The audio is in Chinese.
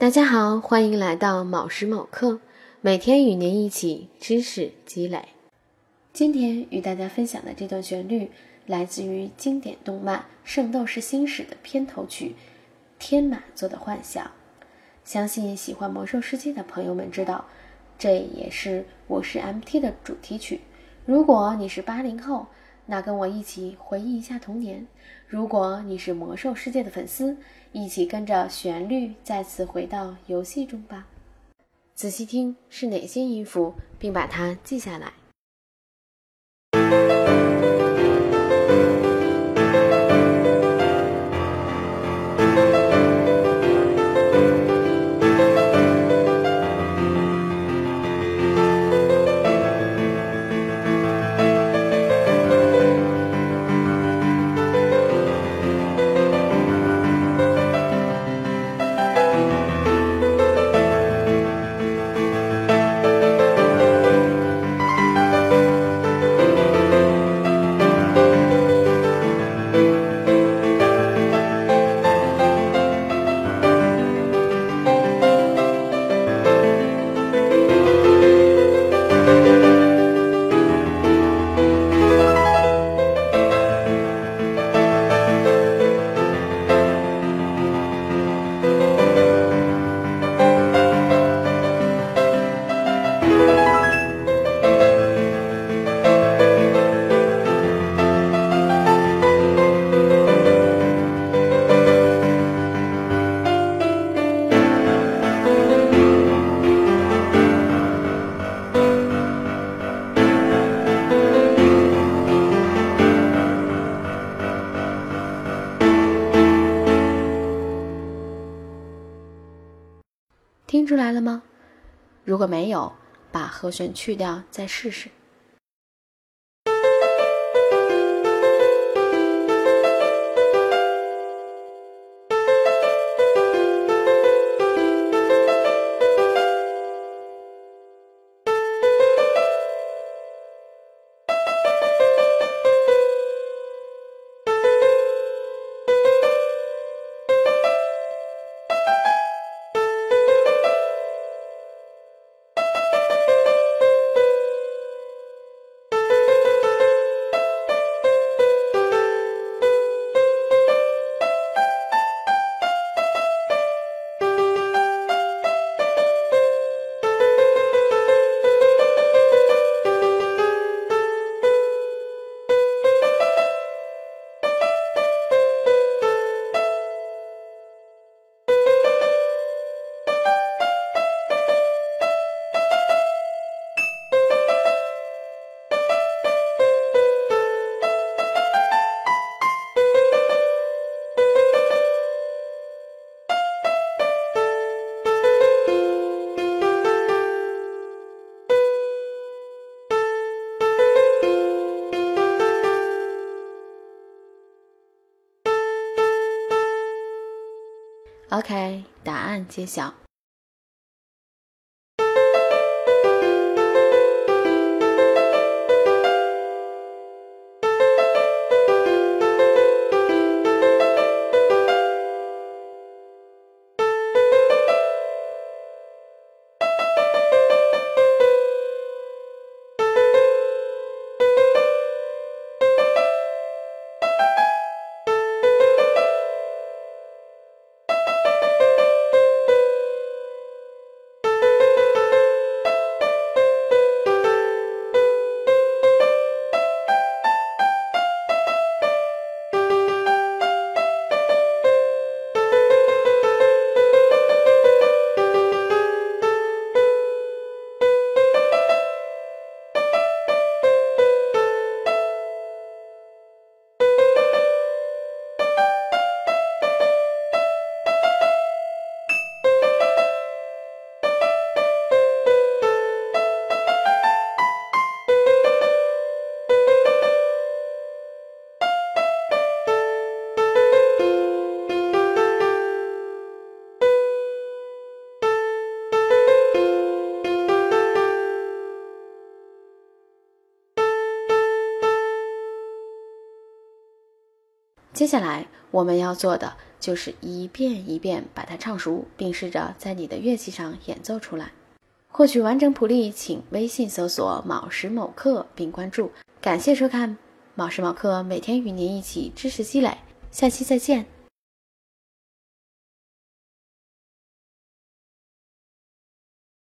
大家好，欢迎来到某时某刻，每天与您一起知识积累。今天与大家分享的这段旋律来自于经典动漫《圣斗士星矢》的片头曲《天马座的幻想》。相信喜欢魔兽世界的朋友们知道，这也是我是 MT 的主题曲。如果你是80后，那跟我一起回忆一下童年。如果你是魔兽世界的粉丝，一起跟着旋律再次回到游戏中吧。仔细听是哪些音符，并把它记下来。听出来了吗？如果没有，把和弦去掉再试试。OK， 答案揭晓。 接下来我们要做的就是一遍一遍把它唱熟，并试着在你的乐器上演奏出来。获取完整谱例，请微信搜索卯时某课并关注。感谢收看卯时卯课，每天与您一起知识积累，下期再见。